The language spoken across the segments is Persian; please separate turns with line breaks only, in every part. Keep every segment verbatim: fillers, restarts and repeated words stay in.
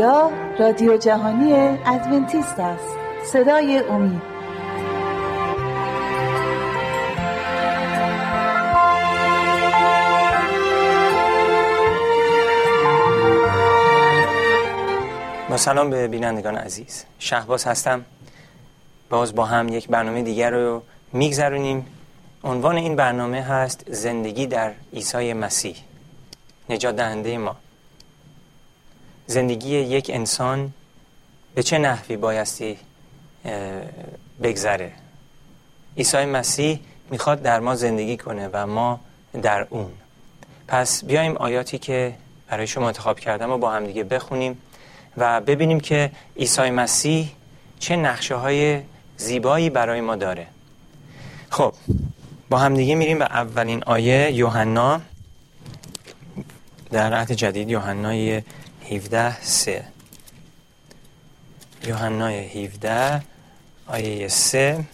اینجا رادیو جهانی ادونتیست است، صدای امید.
با سلام به بینندگان عزیز، شهباز هستم. باز با هم یک برنامه دیگر رو میگذرونیم. عنوان این برنامه هست زندگی در عیسی مسیح، نجات دهنده ما. زندگی یک انسان به چه نحوی بایستی بگذره؟ عیسی مسیح میخواد در ما زندگی کنه و ما در اون. پس بیایم آیاتی که برای شما انتخاب کردم و با هم دیگه بخونیم و ببینیم که عیسی مسیح چه نقشه های زیبایی برای ما داره. خب با هم دیگه میریم به اولین آیه، یوحنا در عهد جدید، یوحنای هفده سه. یوحنای هفده آیه سه.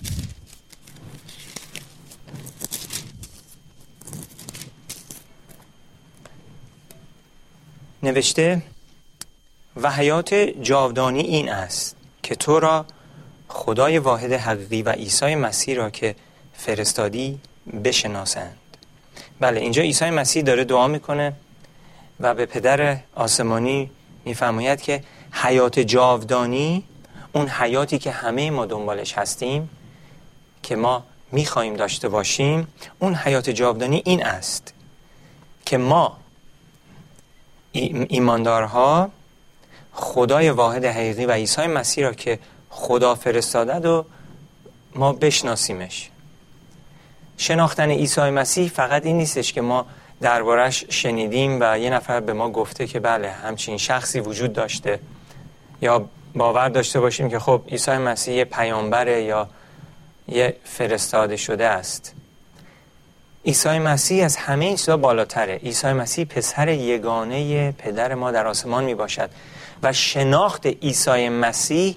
نوشته: و حیات جاودانی این است که تو را خدای واحد حقیقی و عیسی مسیح را که فرستادی بشناسند. بله، اینجا عیسی مسیح داره دعا میکنه و به پدر آسمانی میفرماید که حیات جاودانی، اون حیاتی که همه ما دنبالش هستیم، که ما میخوایم داشته باشیم، اون حیات جاودانی این است که ما ایماندارها خدای واحد حقیقی و عیسی مسیح را که خدا فرستاده و ما بشناسیمش. شناختن عیسی مسیح فقط این نیستش که ما دربارش شنیدیم و یه نفر به ما گفته که بله همچین شخصی وجود داشته، یا باور داشته باشیم که خب عیسی مسیح یه پیامبره یا یه فرستاده شده است. عیسی مسیح از همه این چیزا بالاتره. عیسی مسیح پسر یگانه پدر ما در آسمان می باشد و شناخت عیسی مسیح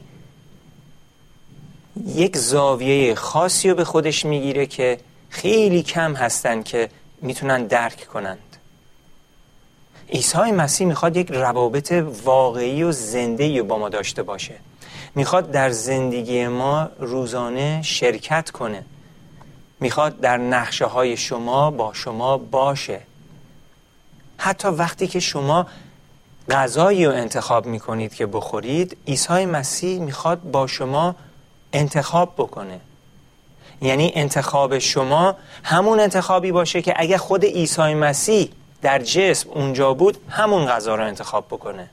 یک زاویه خاصی رو به خودش میگیره که خیلی کم هستن که میتونن درک کنند. عیسی مسیح میخواد یک روابط واقعی و زنده‌ای رو با ما داشته باشه. میخواد در زندگی ما روزانه شرکت کنه. میخواد در نقشه های شما با شما باشه. حتی وقتی که شما غذایی رو انتخاب میکنید که بخورید، عیسی مسیح میخواد با شما انتخاب بکنه. یعنی انتخاب شما همون انتخابی باشه که اگه خود عیسی مسیح در جسم اونجا بود، همون غذا رو انتخاب بکنه.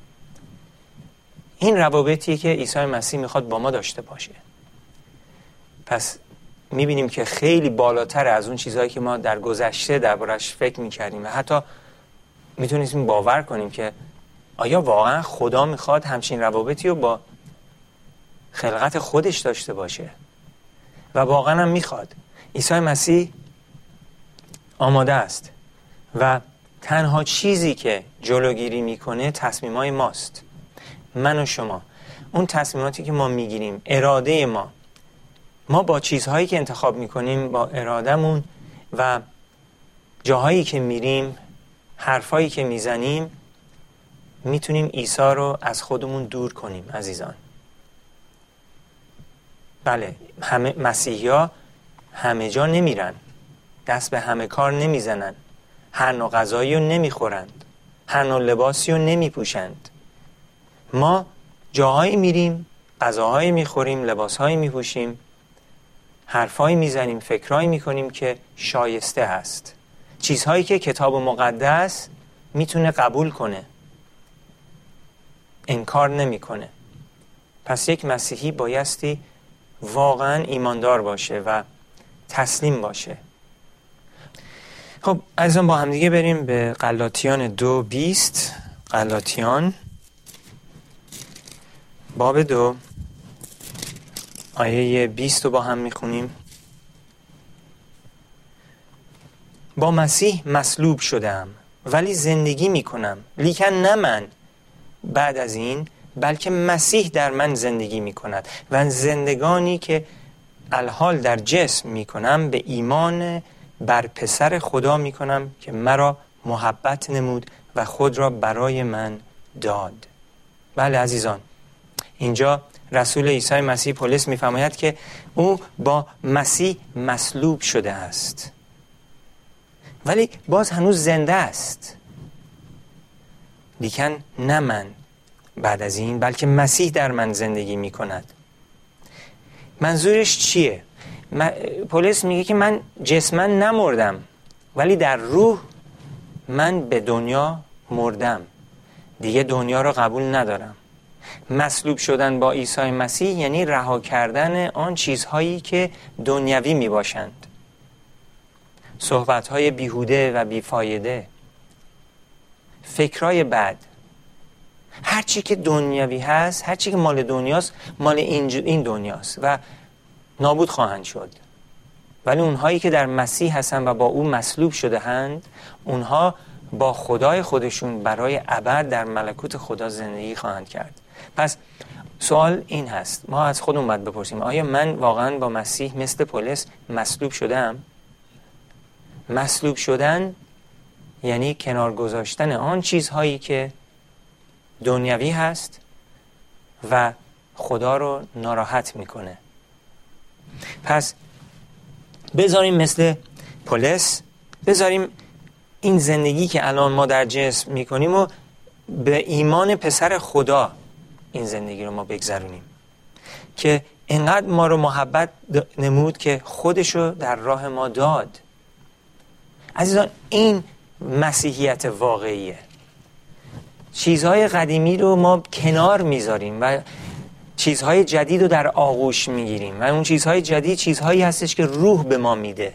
این روابطیه که عیسی مسیح میخواد با ما داشته باشه. پس میبینیم که خیلی بالاتر از اون چیزهایی که ما در گذشته دربارش فکر میکردیم و حتی میتونیم باور کنیم که آیا واقعا خدا میخواد همچین روابطی رو با خلقت خودش داشته باشه؟ و واقعا هم میخواد. عیسی مسیح آماده است و تنها چیزی که جلوگیری میکنه تصمیمای ماست، من و شما. اون تصمیماتی که ما میگیریم، اراده ما ما با چیزهایی که انتخاب میکنیم، با ارادمون و جاهایی که میریم، حرفایی که میزنیم، میتونیم عیسی رو از خودمون دور کنیم. عزیزان، بله، همه مسیحی‌ها همه جا نمیرن، دست به همه کار نمیزنن، هر نوع غذایی رو نمیخورند، هر نوع لباسی رو نمیپوشند. ما جاهایی میریم، غذاهایی میخوریم، لباسهایی میپوشیم، حرفایی میزنیم، فکرایی میکنیم که شایسته هست، چیزهایی که کتاب مقدس میتونه قبول کنه، انکار نمیکنه. پس یک مسیحی بایستی واقعا ایماندار باشه و تسلیم باشه. خب عزیزان، با هم دیگه بریم به غلاطیان دو بیست. غلاطیان باب دو آیه بیست رو با هم میخونیم. با مسیح مصلوب شدم ولی زندگی میکنم، لیکن نه من بعد از این، بلکه مسیح در من زندگی میکند و زندگانی که الحال در جسم میکنم به ایمان بر پسر خدا میکنم که مرا محبت نمود و خود را برای من داد. بله عزیزان، اینجا رسول عیسی مسیح پولس می‌فرماید که او با مسیح مصلوب شده است، ولی باز هنوز زنده است. لیکن نه من بعد از این، بلکه مسیح در من زندگی می‌کند. منظورش چیه؟ پولس میگه که من جسماً نمردم، ولی در روح من به دنیا مردم، دیگه دنیا رو قبول ندارم. مصلوب شدن با عیسی مسیح یعنی رها کردن آن چیزهایی که دنیوی می باشند، صحبتهای بیهوده و بیفایده، فکرهای بد، هر چی که دنیوی هست، هر چی که مال دنیاست، مال این دنیاست و نابود خواهند شد. ولی اونهایی که در مسیح هستن و با او مصلوب شده هند، اونها با خدای خودشون برای ابد در ملکوت خدا زندگی خواهند کرد. پس سوال این هست، ما از خودمون باید بپرسیم آیا من واقعا با مسیح مثل پولس مصلوب شدم؟ مصلوب شدن یعنی کنار گذاشتن آن چیزهایی که دنیوی هست و خدا رو ناراحت میکنه. پس بذاریم مثل پولس، بذاریم این زندگی که الان ما در جسم میکنیم و به ایمان پسر خدا این زندگی رو ما بگذرونیم که اینقدر ما رو محبت نمود که خودشو در راه ما داد. عزیزان، این مسیحیت واقعیه. چیزهای قدیمی رو ما کنار میذاریم و چیزهای جدید رو در آغوش میگیریم و اون چیزهای جدید چیزهایی هستش که روح به ما میده.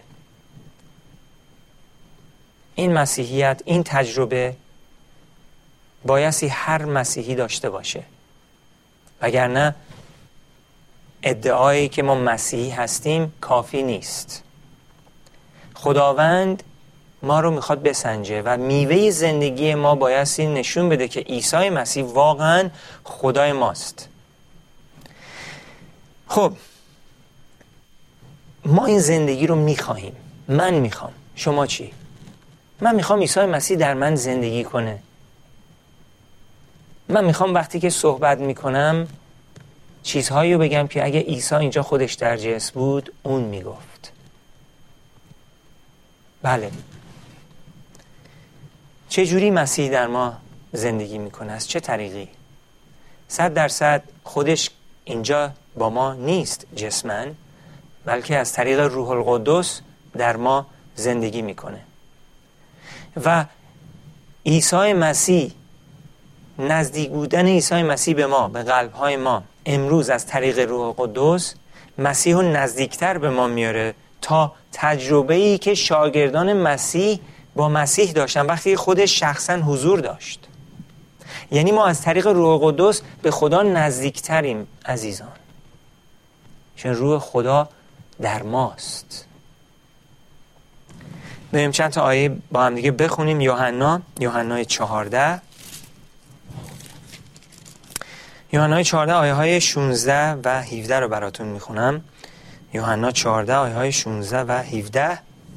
این مسیحیت، این تجربه بایستی هر مسیحی داشته باشه، وگرنه ادعایی که ما مسیحی هستیم کافی نیست. خداوند ما رو میخواد بسنجه و میوه زندگی ما بایستی نشون بده که عیسی مسیح واقعا خدای ماست. خب ما این زندگی رو میخواهیم. من میخوام. شما چی؟ من میخوام عیسی مسیح در من زندگی کنه. من میخوام وقتی که صحبت میکنم چیزهایی رو بگم که اگه عیسی اینجا خودش در جسم بود اون میگفت. بله. چه جوری مسیح در ما زندگی میکنه؟ از چه طریقی؟ صد درصد خودش اینجا با ما نیست جسماً، بلکه از طریق روح القدس در ما زندگی میکنه. و عیسی مسیح، نزدیک بودن عیسی مسیح به ما، به قلب‌های ما امروز از طریق روح القدس مسیح رو نزدیکتر به ما میاره تا تجربه‌ای که شاگردان مسیح با مسیح داشتن وقتی خودش شخصا حضور داشت. یعنی ما از طریق روح القدس به خدا نزدیکتریم عزیزان، چون روح خدا در ماست. بریم چند تا آیه با هم دیگه بخونیم. یوحنا یوحنا چهارده یوحنا چهارده آیه های شانزده و هفده رو براتون میخونم. یوحنا چهارده آیه های شانزده و هفده.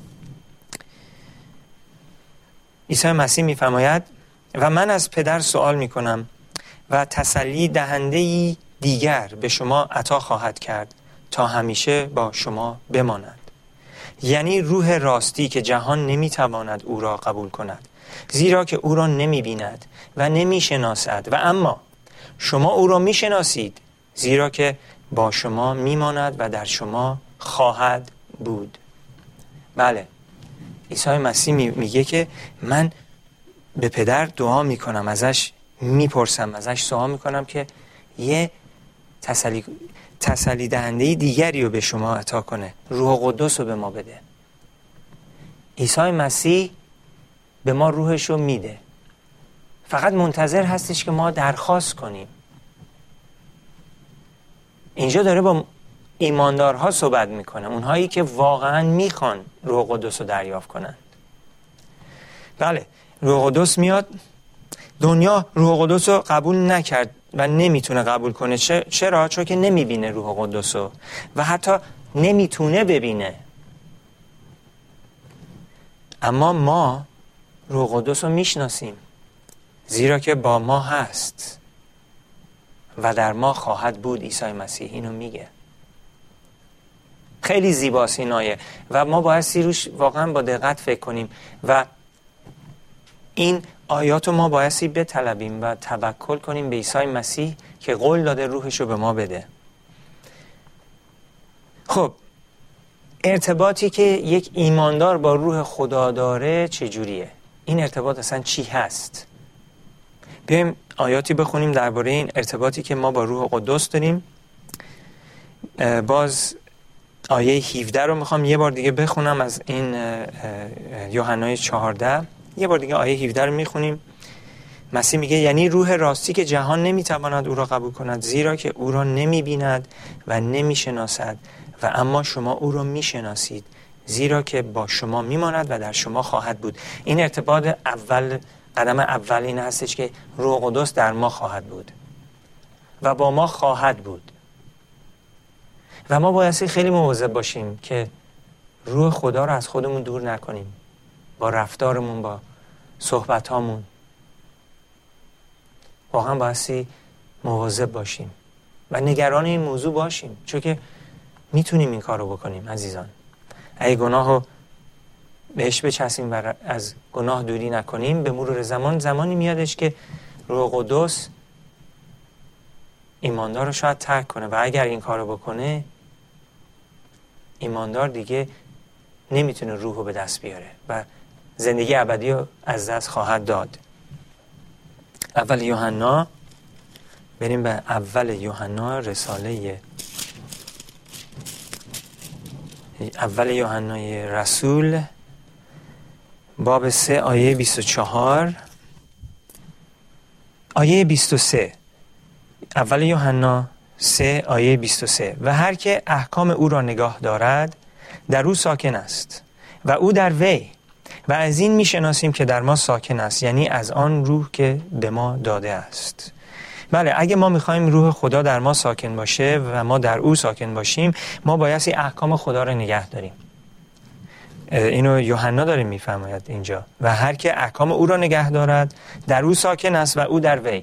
عیسی مسیح میفرماید و من از پدر سوال میکنم و تسلی دهنده‌ای دیگر به شما عطا خواهد کرد تا همیشه با شما بماند، یعنی روح راستی که جهان نمیتواند او را قبول کند، زیرا که او را نمیبیند و نمیشناسد، و اما شما او را میشناسید، زیرا که با شما میماند و در شما خواهد بود. بله، عیسی مسیح میگه که من به پدر دعا میکنم، ازش میپرسم، ازش سوال میکنم که یه تسلی تسلی دهنده دیگری رو به شما عطا کنه، روح قدس رو به ما بده. عیسی مسیح به ما روحش رو میده، فقط منتظر هستش که ما درخواست کنیم. اینجا داره با ایماندارها صحبت میکنه، اونهایی که واقعا میخوان روح قدس رو دریافت کنند. بله، روح قدس میاد. دنیا روح قدس رو قبول نکرد و نمیتونه قبول کنه. چرا؟ چون که نمیبینه روح قدس رو و حتی نمیتونه ببینه. اما ما روح قدس رو میشناسیم، زیرا که با ما هست. و در ما خواهد بود. عیسی مسیح اینو میگه. خیلی زیباست این آیه و ما بایستی روش واقعا با دقت فکر کنیم و این آیاتو ما بایستی بطلبیم و توکل کنیم به عیسی مسیح که قول داده روحشو به ما بده. خب ارتباطی که یک ایماندار با روح خدا داره چجوریه؟ این ارتباط اصلا چی هست؟ بیایم آیاتی بخونیم درباره این ارتباطی که ما با روح قدوس داریم. باز آیه هفده رو میخوام یه بار دیگه بخونم از این یوحنای چهارده. یه بار دیگه آیه هفده رو میخونیم. مسیح میگه یعنی روح راستی که جهان نمیتواند او را قبول کند، زیرا که او را نمیبیند و نمیشناسد، و اما شما او را میشناسید، زیرا که با شما میماند و در شما خواهد بود. این ارتباط اول، قدم اول این هستش که روح قدس در ما خواهد بود و با ما خواهد بود. و ما بایستی خیلی مواظب باشیم که روح خدا رو از خودمون دور نکنیم، با رفتارمون، با صحبتامون. واقعا بایستی مواظب باشیم و نگران این موضوع باشیم، چون که میتونیم این کار رو بکنیم عزیزان. اگه گناه رو بهش بچسیم و از گناه دوری نکنیم، به مرور زمان زمانی میادش که روح قدس ایماندار رو شاید ترک کنه و اگر این کار رو بکنه، ایماندار دیگه نمیتونه روح رو به دست بیاره و زندگی ابدی رو از دست خواهد داد. اول یوحنا، بریم به اول یوحنا، رساله اول یوحنای رسول باب سه آیه بیست و چهار آیه بیست و سه. اول یوحنا سه آیه بیست و سه. و هر که احکام او را نگاه دارد در او ساکن است و او در وی، و از این میشناسیم که در ما ساکن است، یعنی از آن روح که به ما داده است. بله، اگه ما میخوایم روح خدا در ما ساکن باشه و ما در او ساکن باشیم، ما بایستی احکام خدا رو نگه داریم. اینو یوحنا داره میفرماید اینجا. و هر که احکام او را نگه دارد در او ساکن است و او در وی،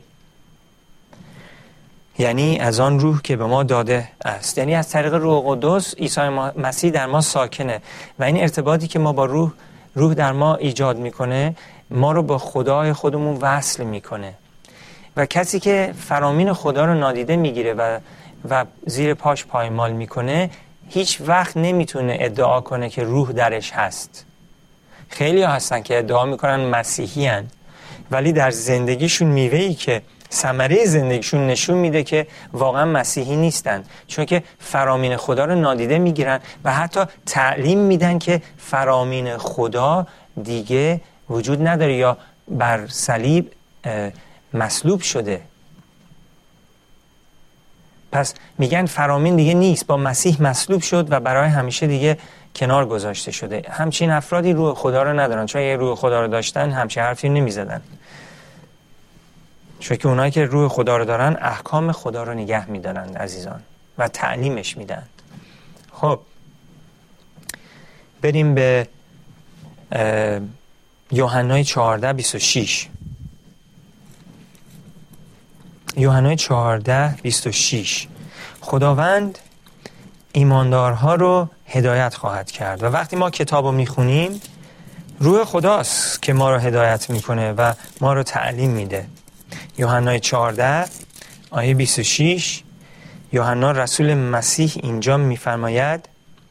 یعنی از آن روح که به ما داده است. یعنی از طریق روح قدس عیسی مسیح در ما ساکنه و این ارتباطی که ما با روح روح در ما ایجاد میکنه، ما رو با خدای خودمون وصل میکنه. و کسی که فرامین خدا رو نادیده میگیره و و زیر پاش پایمال میکنه، هیچ وقت نمیتونه ادعا کنه که روح درش هست. خیلی ها هستن که ادعا میکنن مسیحی هن، ولی در زندگیشون میوهی که ثمره زندگیشون نشون میده که واقعا مسیحی نیستن، چون که فرامین خدا رو نادیده میگیرن و حتی تعلیم میدن که فرامین خدا دیگه وجود نداره یا بر صلیب مصلوب شده. پس میگن فرامین دیگه نیست، با مسیح مصلوب شد و برای همیشه دیگه کنار گذاشته شده. همچین افرادی روح خدا رو ندارن، چون اگه روح خدا رو داشتن همچین حرفی نمیزدن. چون که اونایی که روح خدا رو دارن احکام خدا رو نگه میدارن عزیزان و تعلیمش میدن. خب بریم به یوحنای چهارده بیست و شش. یوحنای چهارده بیست و شش. خداوند ایماندارها رو هدایت خواهد کرد. و وقتی ما کتاب رو میخونیم، روح خداست که ما رو هدایت میکنه و ما رو تعلیم میده. یوحنای چهارده آیه بیست و شش، یوحنا رسول مسیح اینجا میفرماید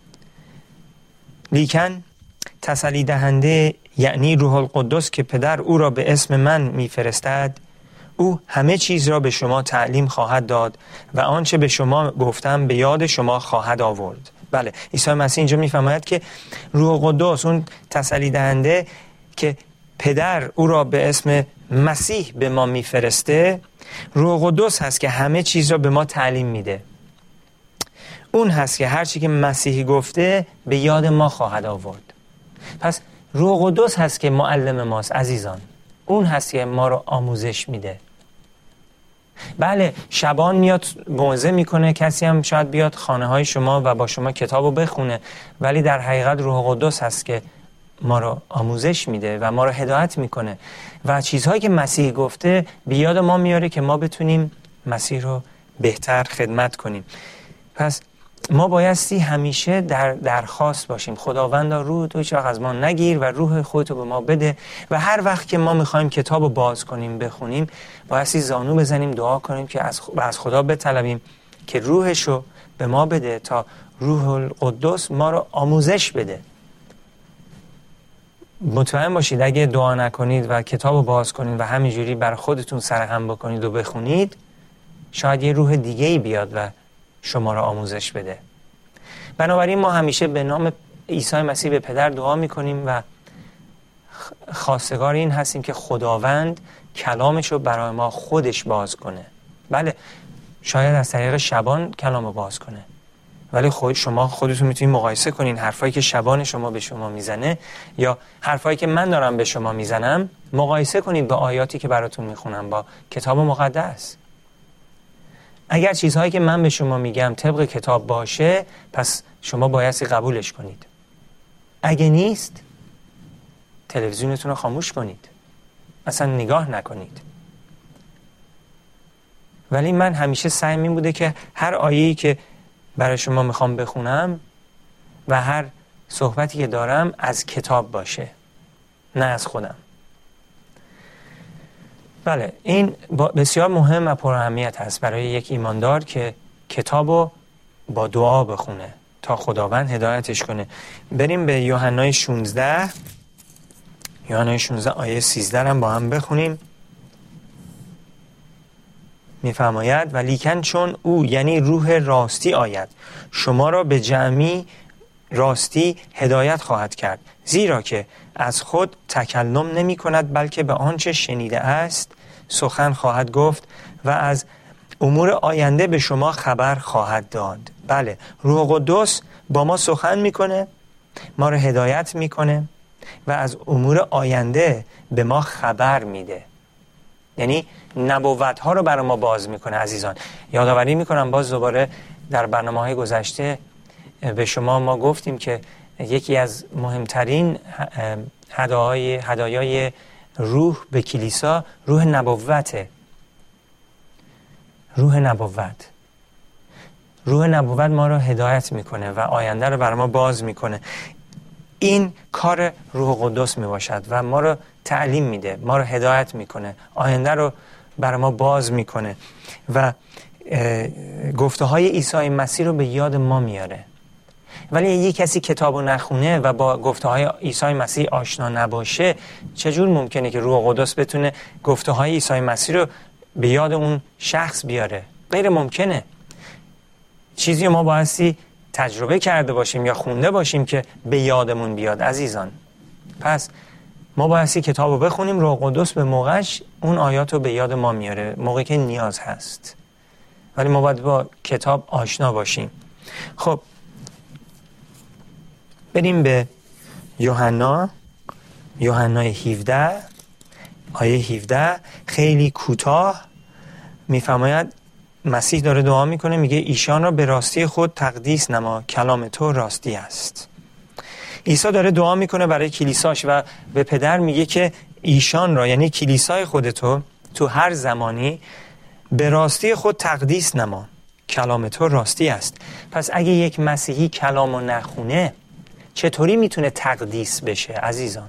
لیکن تسلی دهنده، یعنی روح القدس که پدر او را به اسم من میفرستد، او همه چیز را به شما تعلیم خواهد داد و آنچه به شما گفتم به یاد شما خواهد آورد. بله، عیسی مسیح اینجا میفرماید که روح قدس، اون تسلی دهنده که پدر او را به اسم مسیح به ما میفرسته، روح قدس هست که همه چیز را به ما تعلیم میده. اون هست که هر چی که مسیحی گفته به یاد ما خواهد آورد. پس روح قدس هست که معلم ماست عزیزان. اون هست که ما رو آموزش میده. بله، شبان میاد موعظه میکنه، کسی هم شاید بیاد خانه های شما و با شما کتابو بخونه، ولی در حقیقت روح قدس هست که ما رو آموزش میده و ما رو هدایت میکنه و چیزهایی که مسیح گفته به یاد ما میاره که ما بتونیم مسیح رو بهتر خدمت کنیم. پس ما بایستی همیشه در درخواست باشیم. خداوندا روح تو هیچ وقت از ما نگیر و روح خودتو به ما بده. و هر وقت که ما میخوایم کتاب رو باز کنیم بخونیم، بایستی زانو بزنیم دعا کنیم که از از خدا بطلبیم که روحشو به ما بده تا روح القدس ما رو آموزش بده. مطمئن باشید اگه دعا نکنید و کتاب رو باز کنید و همینجوری بر خودتون سرهم بکنید و بخونید، شاید یه روح دیگه‌ای بیاد و شما را آموزش بده. بنابراین ما همیشه به نام عیسی مسیح به پدر دعا میکنیم و خواستگار این هستیم که خداوند کلامش رو برای ما خودش باز کنه. بله، شاید از طریق شبان کلام رو باز کنه، ولی خود شما خودتون میتونید مقایسه کنین حرفایی که شبان شما به شما میزنه یا حرفایی که من دارم به شما میزنم، مقایسه کنید با آیاتی که براتون میخونم، با کتاب مقدس. اگر چیزهایی که من به شما میگم طبق کتاب باشه، پس شما بایستی قبولش کنید. اگه نیست، تلویزیونتون رو خاموش کنید، اصلا نگاه نکنید. ولی من همیشه سعیم این بوده که هر آیه‌ای که برای شما میخوام بخونم و هر صحبتی که دارم از کتاب باشه، نه از خودم. بله، این بسیار مهم و پر اهمیت هست برای یک ایماندار که کتابو با دعا بخونه تا خداوند هدایتش کنه. بریم به یوحنای شانزده، یوحنای شانزده آیه سیزده هم با هم بخونیم. میفرماید ولیکن چون او یعنی روح راستی آید، شما را به جمعی راستی هدایت خواهد کرد، زیرا که از خود تکلم نمی کند بلکه به آنچه شنیده است سخن خواهد گفت و از امور آینده به شما خبر خواهد داد. بله، روح قدس با ما سخن میکنه، ما رو هدایت میکنه و از امور آینده به ما خبر میده. یعنی نبوت ها رو برای ما باز میکنه. عزیزان، یادآوری میکنم باز دوباره در برنامه‌های گذشته به شما ما گفتیم که یکی از مهمترین هدایای هدایای روح به کلیسا روح نبوته. روح نبوت روح نبوت ما رو هدایت میکنه و آینده رو برای ما باز میکنه. این کار روح قدس میباشد و ما رو تعلیم میده، ما رو هدایت میکنه، آینده رو برای ما باز میکنه و گفته های عیسی مسیح رو به یاد ما میاره. ولی یک کسی کتابو نخونه و با گفته های عیسی مسیح آشنا نباشه، چجور ممکنه که روح قدس بتونه گفته های عیسی مسیح رو به یاد اون شخص بیاره؟ غیر ممکنه. چیزی ما بایستی تجربه کرده باشیم یا خونده باشیم که به یادمون بیاد. عزیزان، پس ما بایستی کتابو بخونیم، روح قدس به موقعش اون آیاتو به یاد ما میاره موقعی که نیاز هست. ولی ما باید با کتاب آشنا باشیم. خب بریم به یوحنا، یوحنای هفده آیه هفده. خیلی کوتاه میفرماید مسیح داره دعا میکنه، میگه ایشان را به راستی خود تقدیس نما، کلام تو راستی است. عیسی داره دعا میکنه برای کلیساش و به پدر میگه که ایشان را، یعنی کلیسای خودتو، تو هر زمانی به راستی خود تقدیس نما، کلام تو راستی است. پس اگه یک مسیحی کلامو نخونه چطوری میتونه تقدیس بشه؟ عزیزان،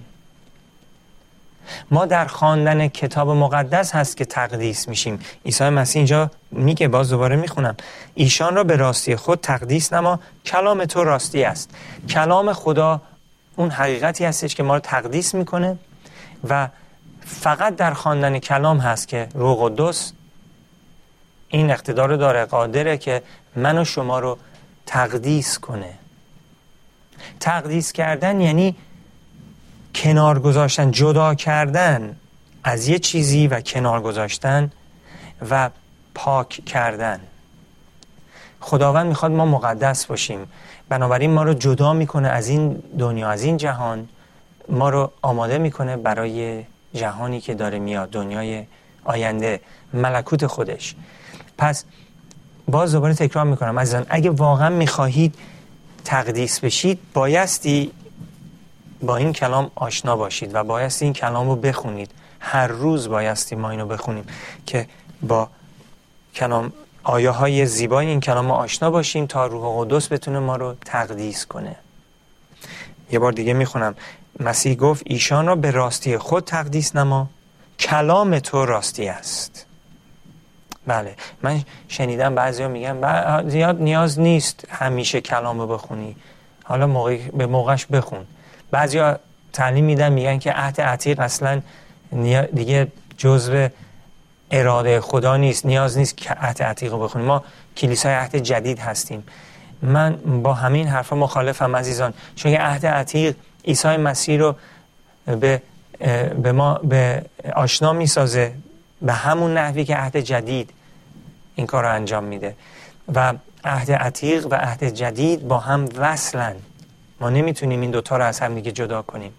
ما در خواندن کتاب مقدس هست که تقدیس میشیم. عیسی مسیح اینجا میگه، باز دوباره میخونم، ایشان را به راستی خود تقدیس نما، کلام تو راستی است. کلام خدا اون حقیقتی هستش که ما رو تقدیس میکنه و فقط در خواندن کلام هست که روح قدس این اقتدار رو داره، قادره که من و شما رو تقدیس کنه. تقدیس کردن یعنی کنار گذاشتن، جدا کردن از یه چیزی و کنار گذاشتن و پاک کردن. خداوند میخواد ما مقدس باشیم، بنابراین ما رو جدا میکنه از این دنیا، از این جهان، ما رو آماده میکنه برای جهانی که داره میاد، دنیای آینده، ملکوت خودش. پس باز دوباره تکرار میکنم عزیزان، اگه واقعا میخواهید تقدیس بشید، بایستی با این کلام آشنا باشید و بایستی این کلام رو بخونید. هر روز بایستی ما اینو بخونیم که با کلام آیه های زیبای این کلام ما آشنا باشیم تا روح قدس بتونه ما رو تقدیس کنه. یه بار دیگه میخونم. مسیح گفت ایشان را به راستی خود تقدیس نما، کلام تو راستی است. بله، من شنیدم بعضیا میگن زیاد نیاز نیست همیشه کلام رو بخونی، حالا موقع به موقعش بخون. بعضیا تعلیم میدن میگن که عهد عتیق اصلا دیگه جزء اراده خدا نیست، نیاز نیست که عهد عتیق رو بخونیم. ما کلیسای عهد جدید هستیم. من با همین حرفا مخالفم عزیزان، چون عهد عتیق عیسی مسیح رو به به ما به آشنا میسازه به همون نحوی که عهد جدید این کار رو انجام میده و عهد عتیق و عهد جدید با هم وصلن. ما نمیتونیم این دوتا رو از هم دیگه جدا کنیم.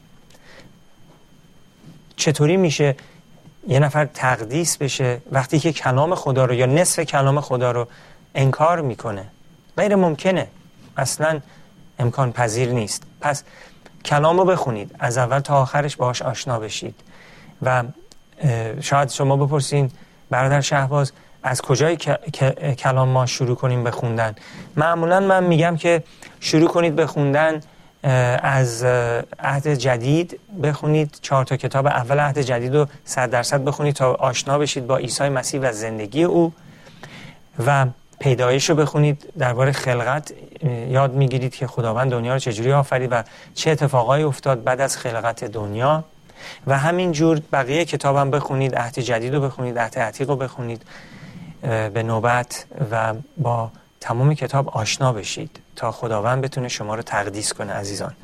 چطوری میشه یه نفر تقدیس بشه وقتی که کلام خدا رو یا نصف کلام خدا رو انکار میکنه؟ غیر ممکنه، اصلا امکان پذیر نیست. پس کلام رو بخونید، از اول تا آخرش باهاش آشنا بشید. و شاید شما بپرسین برادر شهباز از کجای کلام ما شروع کنیم بخوندن؟ معمولا من میگم که شروع کنید بخوندن از عهد جدید، بخونید چهار تا کتاب اول عهد جدید رو صد درصد بخونید تا آشنا بشید با عیسی مسیح و زندگی او، و پیدایش رو بخونید، درباره خلقت یاد میگیرید که خداوند دنیا رو چجوری آفرید و چه اتفاقایی افتاد بعد از خلقت دنیا، و همینجور بقیه کتابم بخونید، عهد جدید رو بخونید، عهد عتیق رو بخونید به نوبت و با تمام کتاب آشنا بشید تا خداوند بتونه شما رو تقدیس کنه عزیزان.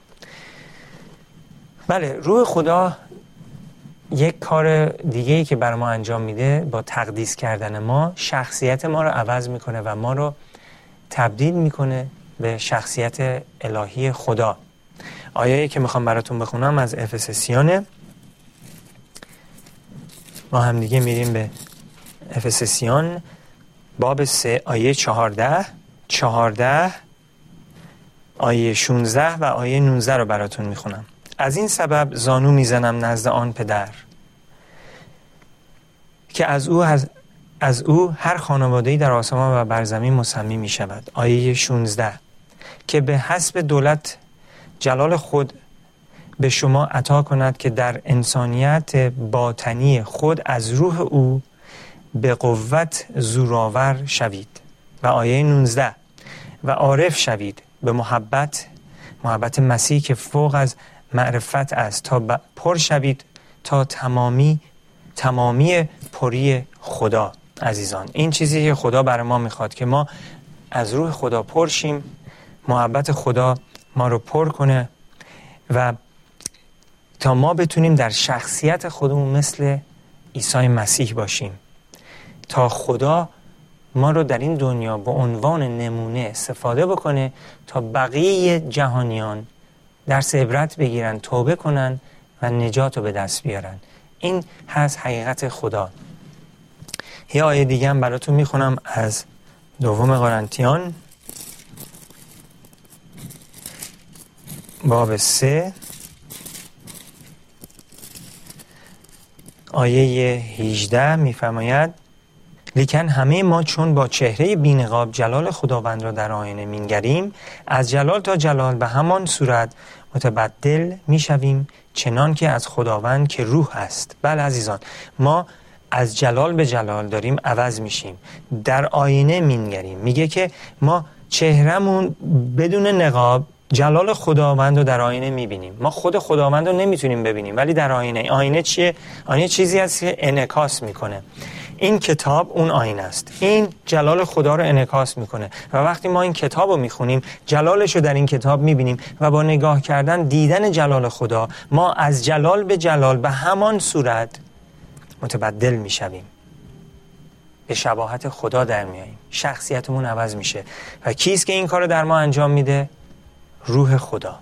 بله، روح خدا یک کار دیگه‌ای که بر ما انجام میده با تقدیس کردن ما، شخصیت ما رو عوض میکنه و ما رو تبدیل میکنه به شخصیت الهی خدا. آیه‌ای که میخوام براتون بخونم از افسسیانه. ما هم دیگه میریم به افسسیان باب سه آیه چهارده چهارده آیه شانزده و آیه نوزده رو براتون میخونم. از این سبب زانو میزنم نزد آن پدر که از او از, از او هر خانواده‌ای در آسمان و بر زمین مسمی می شود. آیه شانزده که به حسب دولت جلال خود به شما عطا کند که در انسانیت باطنی خود از روح او به قوت زورآور شوید. و آیه نوزده و عارف شوید به محبت محبت مسیح که فوق از معرفت است تا پر شوید تا تمامی تمامی پری خدا. عزیزان، این چیزی که خدا برای ما میخواد که ما از روح خدا پر شیم، محبت خدا ما رو پر کنه و تا ما بتونیم در شخصیت خودمون مثل عیسی مسیح باشیم، تا خدا ما رو در این دنیا به عنوان نمونه استفاده بکنه تا بقیه جهانیان درس عبرت بگیرن، توبه کنن و نجات رو به دست بیارن. این هست حقیقت خدا. یه آیه دیگه هم براتون میخونم از دوم قرنتیان باب سه آیه هجده میفرماید لیکن همه ما چون با چهره بی‌نقاب جلال خداوند را در آینه می‌نگریم، از جلال تا جلال به همان صورت متبدل می‌شویم چنان که از خداوند که روح است. بله عزیزان، ما از جلال به جلال داریم عوض میشیم، در آینه می‌نگریم. میگه که ما چهرمون بدون نقاب جلال خداوند رو در آینه می‌بینیم. ما خود خداوند رو نمی‌تونیم ببینیم ولی در آینه. آینه چیه؟ آینه چیزی است که انعکاس می‌کنه. این کتاب اون آینه است. این جلال خدا رو انعکاس میکنه و وقتی ما این کتاب رو میخونیم جلالش رو در این کتاب میبینیم و با نگاه کردن دیدن جلال خدا ما از جلال به جلال به همان صورت متبدل میشویم، به شباهت خدا در میاییم، شخصیتمون عوض میشه. و کیست که این کار رو در ما انجام میده؟ روح خدا.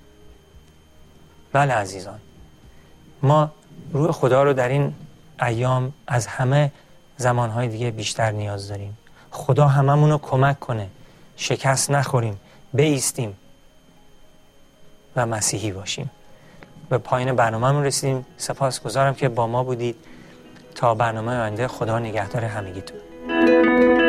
بله عزیزان، ما روح خدا رو در این ایام از همه زمانهای دیگه بیشتر نیاز داریم. خدا هممون رو کمک کنه شکست نخوریم، بایستیم و مسیحی باشیم. به پایان برنامه‌مون رسیدیم. سپاسگزارم که با ما بودید. تا برنامه آینده، خدا نگهدار همگیتون.
خدا.